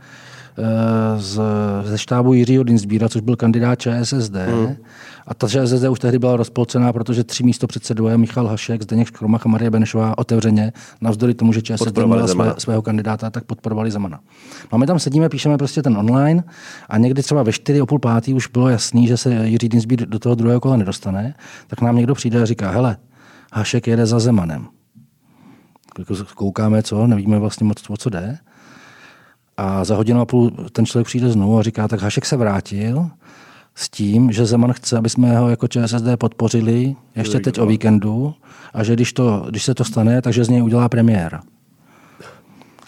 ze štábu Jiřího Dienstbiera, což byl kandidát ČSSD. A ta ČSSD už tehdy byla rozpolcená, protože 3 místopředsedové, Michal Hašek, Zdeněk Škromach a Marie Benešová, otevřeně, navzdory tomu, že ČSSD měla svého kandidáta, tak podporovali Zemana. No a my tam sedíme, píšeme prostě ten online a někdy třeba ve 4:30 už bylo jasný, že se Jiří Dienstbier do toho druhého kola nedostane, tak nám někdo přijde a říká: hele, Hašek jede za Zemanem. Koukáme, co, nevíme vlastně moc, o co jde. A za 1,5 hodiny ten člověk přijde znovu a říká: tak Hašek se vrátil s tím, že Zeman chce, aby jsme ho jako ČSSD podpořili ještě teď o víkendu a že když se to stane, takže z něj udělá premiéra.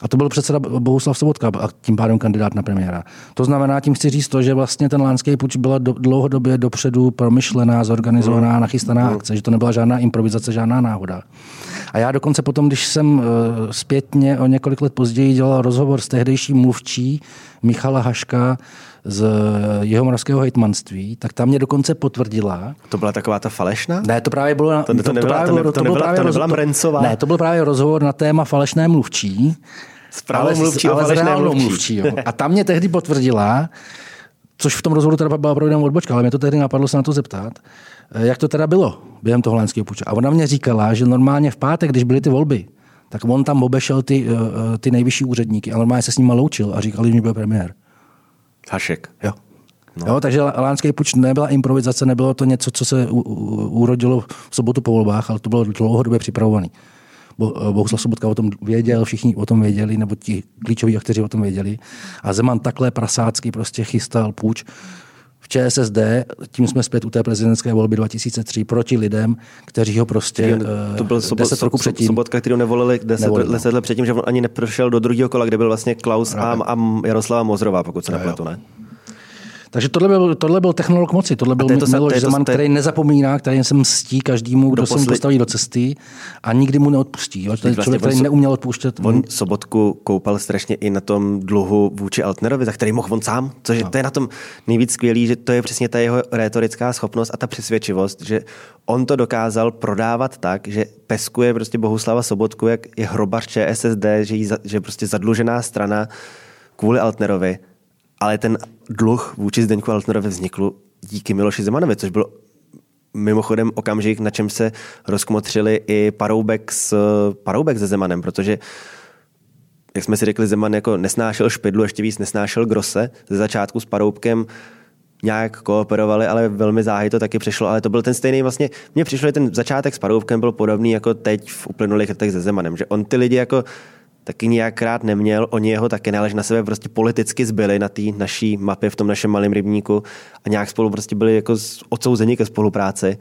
A to byl předseda Bohuslav Sobotka a tím pádem kandidát na premiéra. To znamená, tím chci říct to, že vlastně ten lánský puč byla dlouhodobě dopředu promyšlená, zorganizovaná, nachystaná akce, že to nebyla žádná improvizace, žádná náhoda. A já dokonce potom, když jsem zpětně o několik let později dělal rozhovor s tehdejší mluvčí Michala Haška z jihomoravského hejtmanství, tak tam mě dokonce potvrdila. To byla taková ta falešná? Ne, to právě bylo... To nebyla Mrencová? Ne, to byl právě rozhovor na téma falešné mluvčí. Ale s reálnou mluvčí. Jo. A tam mě tehdy potvrdila, což v tom rozhovoru teda byla opravdu odbočka, ale mě to tehdy napadlo se na to zeptat, jak to teda bylo během toho lánského puče. A ona mě říkala, že normálně v pátek, když byly ty volby, tak on tam obešel ty nejvyšší úředníky a normálně se s nimi loučil a říkal, že byl premiér. Hašek. Jo. No. Jo, takže lánský puč nebyla improvizace, nebylo to něco, co se urodilo v sobotu po volbách, ale to bylo dlouhodobě připravované. Bohuslav Sobotka o tom věděl, všichni o tom věděli, nebo ti klíčoví akteři o tom věděli. A Zeman takhle prasácky prostě chystal puč v ČSSD, tím jsme zpět u té prezidentské volby 2003 proti lidem, kteří ho prostě to byl 10 roku předtím. Sobotka, který ho nevolili 10 let předtím, že on ani neprošel do druhého kola, kde byl vlastně Klaus a Jaroslava Mozrová, pokud se nepletu, ne? Takže tohle byl technolog moci, tohle byl Miloš Zeman, který nezapomíná, který se mstí každému, kdo se mu postaví do cesty a nikdy mu neodpustí. To je člověk, který neuměl odpouštět. On Sobotku koupal strašně i na tom dluhu vůči Altnerovi, za který mohl on sám, což to je na tom nejvíc skvělý, že to je přesně ta jeho rétorická schopnost a ta přesvědčivost, že on to dokázal prodávat tak, že peskuje prostě Bohuslava Sobotku, jak je hrobař ČSSD, že je prostě zadlužená strana kvůli Altnerovi. Ale ten dluh vůči Zdeňku Altnerovi vznikl díky Miloši Zemanovi, což byl mimochodem okamžik, na čem se rozkmotřili i Paroubek se Zemanem, protože, jak jsme si řekli, Zeman jako nesnášel Špidlu, ještě víc nesnášel Grosse. Ze začátku s Paroubkem nějak kooperovali, ale velmi záhy to taky přešlo, ale to byl ten stejný vlastně, mně přišlo, že ten začátek s Paroubkem byl podobný jako teď v uplynulých letech se Zemanem, že on ty lidi jako taky nějak rád neměl, oni jeho taky ne, ale že na sebe prostě politicky zbyli na té naší mapě v tom našem malém rybníku a nějak spolu prostě byli jako odsouzeni ke spolupráci.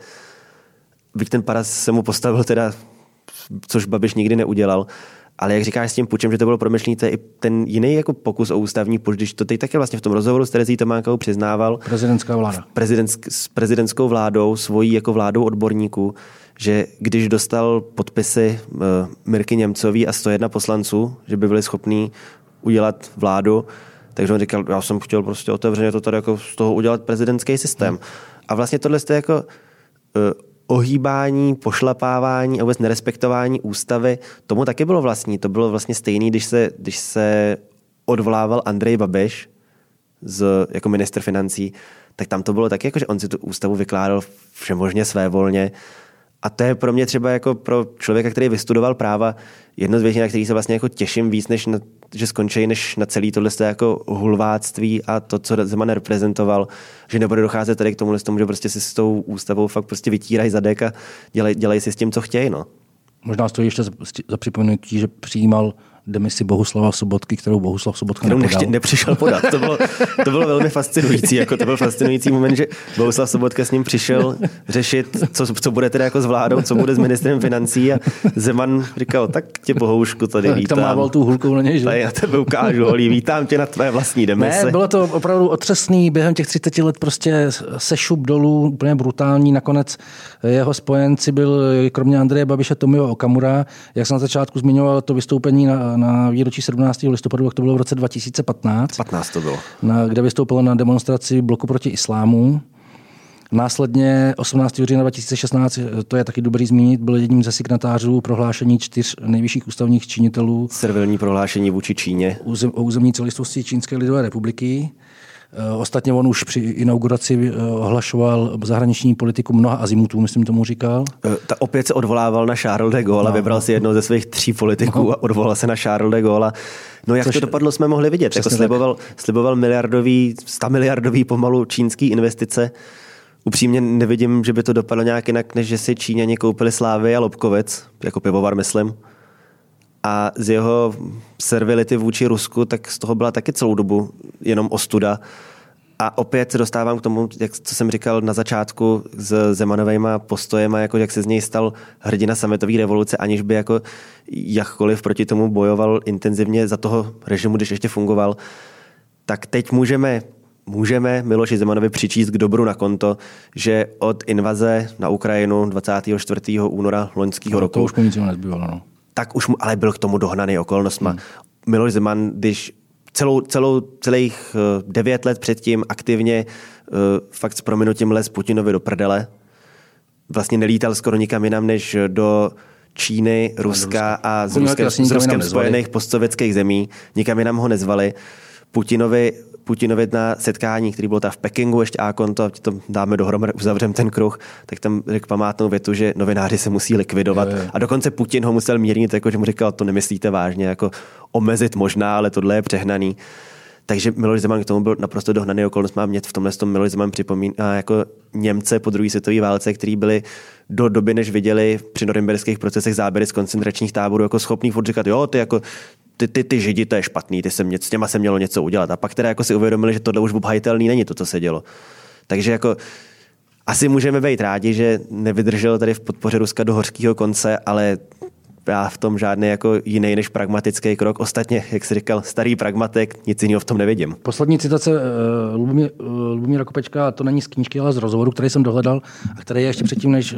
Byť ten Paras se mu postavil teda, což Babiš nikdy neudělal, ale jak říkáš s tím pučem, že to bylo promyšlený, to je i ten jiný jako pokus o ústavní puč, když to teď taky vlastně v tom rozhovoru s Terezí Tománkovou přiznával. Prezidentská vláda. S prezidentskou vládou, svojí jako vládou odborníků, že když dostal podpisy Mirky Němcový a 101 poslanců, že by byli schopní udělat vládu, takže on říkal, já jsem chtěl prostě otevřeně to tady jako z toho udělat prezidentský systém. A vlastně tohle je jako ohýbání, pošlapávání a vůbec nerespektování ústavy, tomu taky bylo vlastní. To bylo vlastně stejný, když se odvolával Andrej Babiš jako ministr financí, tak tam to bylo taky jako, že on si tu ústavu vykládal všemožně svévolně. A to je pro mě třeba jako pro člověka, který vystudoval práva, jedno z věcí, na který se vlastně jako těším víc, že skončí, než na celý tohle jako hulváctví a to, co Zeman reprezentoval, že nebude docházet tady k tomu, že prostě si s tou ústavou fakt prostě vytírají zadek a dělají si s tím, co chtějí. No. Možná stojí ještě za připomenutí, že přijímal demisi Bohuslava Sobotky, kterou Bohuslav Sobotka nepodal. Nepřišel podat. To bylo velmi fascinující. Jako to byl fascinující moment, že Bohuslav Sobotka s ním přišel řešit, co bude teda jako s vládou, co bude s ministrem financí a Zeman říkal, tak tě Bohoušku tady vítám. Tam mával tu hulkou na něj, že? Tady já tebe ukážu, holí, vítám tě na tvé vlastní demisi. Ne, bylo to opravdu otřesný, během těch 30 let prostě sešup dolů, úplně brutální. Nakonec jeho spojenci byl kromě Andreje Babiše Tomio Okamura. Jak jsem na začátku zmiňoval, to vystoupení na výročí 17. listopadu, jak to bylo v roce 2015. 15 to bylo. Kde vystoupilo na demonstraci Bloku proti islámu. Následně 18. října 2016, to je taky dobrý zmínit, byl jedním ze signatářů prohlášení 4 nejvyšších ústavních činitelů. Servilní prohlášení vůči Číně. O územní celistvosti Čínské lidové republiky. Ostatně on už při inauguraci ohlašoval zahraniční politiku mnoha azimutů, myslím tomu říkal. Opět se odvolával na Charles de Gaulle, vybral si jednou ze svých 3 politiků a odvolal se na Charles de Gaulle. No jak to dopadlo, jsme mohli vidět. Jako sliboval 100 miliardový pomalu čínský investice. Upřímně nevidím, že by to dopadlo nějak jinak, než že si Číňani koupili Slávy a Lobkovec, jako pivovar myslím. A z jeho servility vůči Rusku, tak z toho byla taky celou dobu jenom ostuda. A opět se dostávám k tomu, co jsem říkal na začátku s Zemanovejma postojema, jako jak se z něj stal hrdina sametové revoluce, aniž by jako jakkoliv proti tomu bojoval intenzivně za toho režimu, když ještě fungoval. Tak teď můžeme Miloši Zemanovi přičíst k dobru na konto, že od invaze na Ukrajinu 24. února loňského roku... To už mu nic nezbývalo, no. Tak už ale byl k tomu dohnaný okolnostma. Miloš Zeman, když celých 9 let předtím aktivně fakt s prominutím les Putinovi do prdele, vlastně nelítal skoro nikam jinam, než do Číny, Ruska a s Ruskem spojených postsovětských zemí. Nikam jinam ho nezvali. Putinovi na setkání, který bylo tam v Pekingu, ještě to dáme dohromady, uzavřeme ten kruh, tak tam řekl památnou větu, že novináři se musí likvidovat. A dokonce Putin ho musel mírnit, jako, že mu říkal, to nemyslíte vážně, jako omezit možná, ale tohle je přehnaný. Takže Miloš Zeman k tomu byl naprosto dohnaný okolnost. Má mě v tomhle Miloš Zeman připomíná jako Němce po druhé světové válce, kteří byli do doby, než viděli při norimberských procesech záběry z koncentračních táborů, jako schopný furt říkat, jo, ty Židi, to je špatný, s těma se mělo něco udělat. A pak teda jako si uvědomili, že tohle už obhajitelný není to, co se dělo. Takže jako asi můžeme být rádi, že nevydržel tady v podpoře Ruska do hořkého konce, ale já v tom žádný jako jiný než pragmatický krok. Ostatně, jak jsi říkal, starý pragmatik, nic jiného v tom nevidím. Poslední citace Lubomíra Kopečka, to není z knížky, ale z rozhovoru, který jsem dohledal a který je ještě předtím, než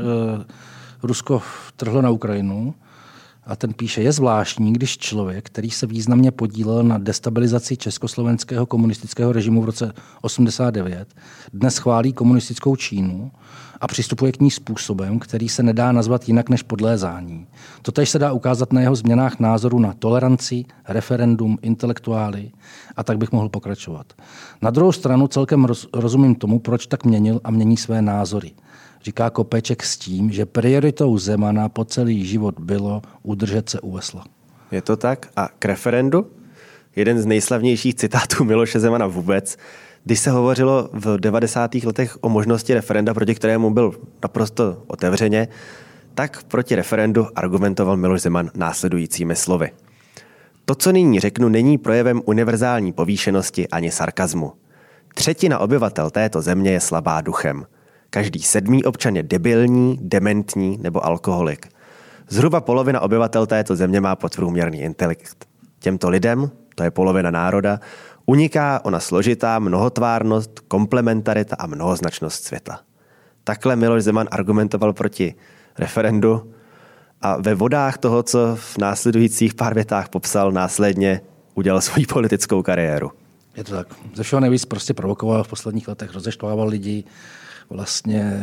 Rusko vtrhlo na Ukrajinu. A ten píše, je zvláštní, když člověk, který se významně podílel na destabilizaci československého komunistického režimu v roce 89, dnes chválí komunistickou Čínu a přistupuje k ní způsobem, který se nedá nazvat jinak než podlézání. Totéž se dá ukázat na jeho změnách názoru na toleranci, referendum, intelektuály a tak bych mohl pokračovat. Na druhou stranu celkem rozumím tomu, proč tak měnil a mění své názory. Říká Kopeček s tím, že prioritou Zemana po celý život bylo udržet se u vesla. Je to tak? A k referendu? Jeden z nejslavnějších citátů Miloše Zemana vůbec. Když se hovořilo v 90. letech o možnosti referenda, proti kterému byl naprosto otevřeně, tak proti referendu argumentoval Miloš Zeman následujícími slovy. To, co nyní řeknu, není projevem univerzální povýšenosti ani sarkazmu. 1/3 obyvatel této země je slabá duchem. Každý 7. občan je debilní, dementní nebo alkoholik. Zhruba polovina obyvatel této země má podprůměrný intelekt. Těmto lidem, to je polovina národa, uniká ona složitá mnohotvárnost, komplementarita a mnohoznačnost světa. Takhle Miloš Zeman argumentoval proti referendu a ve vodách toho, co v následujících pár větách popsal, následně udělal svou politickou kariéru. Je to tak. Ze všeho nejvíc prostě provokoval v posledních letech, rozeštvával lidi. Vlastně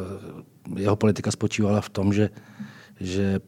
jeho politika spočívala v tom, že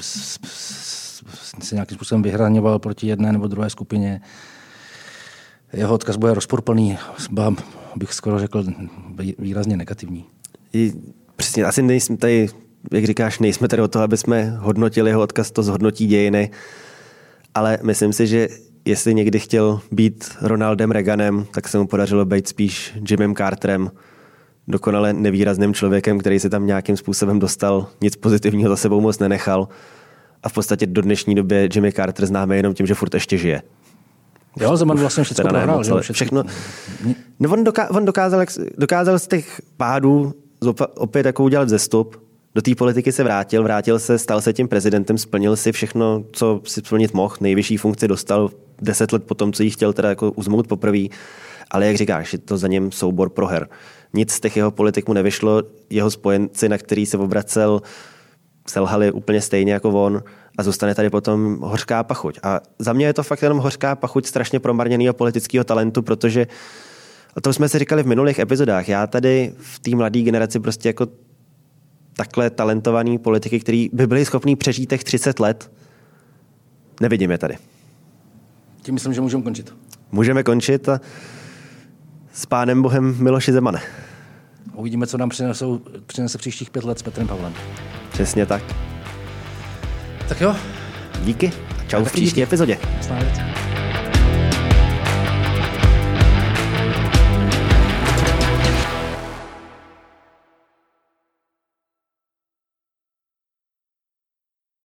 se nějakým způsobem vyhraňoval proti jedné nebo druhé skupině. Jeho odkaz bude rozporuplný, bych skoro řekl výrazně negativní. Přesně, asi nejsme tady, jak říkáš, nejsme tady o toho, aby jsme hodnotili jeho odkaz, to zhodnotí dějiny, ale myslím si, že jestli někdy chtěl být Ronaldem Reaganem, tak se mu podařilo být spíš Jimmym Carterem, dokonale nevýrazným člověkem, který se tam nějakým způsobem dostal, nic pozitivního za sebou moc nenechal a v podstatě do dnešní doby Jimmy Carter známe jenom tím, že furt ještě žije. Jo, Zeman vlastně všechno prohrál. Všechno. No, on dokázal z těch pádů opět jako udělat vzestup, do té politiky se vrátil se, stal se tím prezidentem, splnil si všechno, co si splnit mohl, nejvyšší funkci dostal 10 let potom, co jí chtěl teda jako uzmout poprvé, ale jak říkáš, je to za něm soubor proher. Nic z těch jeho politik mu nevyšlo, jeho spojenci, na který se obracel, selhali úplně stejně jako on a zůstane tady potom hořká pachuť. A za mě je to fakt jenom hořká pachuť strašně promarněného politického talentu, protože to jsme si říkali v minulých epizodách. Já tady v té mladé generaci prostě jako takhle talentovaný politiky, který by byli schopní přežít těch 30 let, nevidím je tady. Tím myslím, že můžeme končit. Můžeme končit a s pánem Bohem Miloši Zemane. Uvidíme, co nám přinese příštích 5 let s Petrem Pavlem. Přesně tak. Tak jo. Díky a čau v příští epizodě. Jasná věc.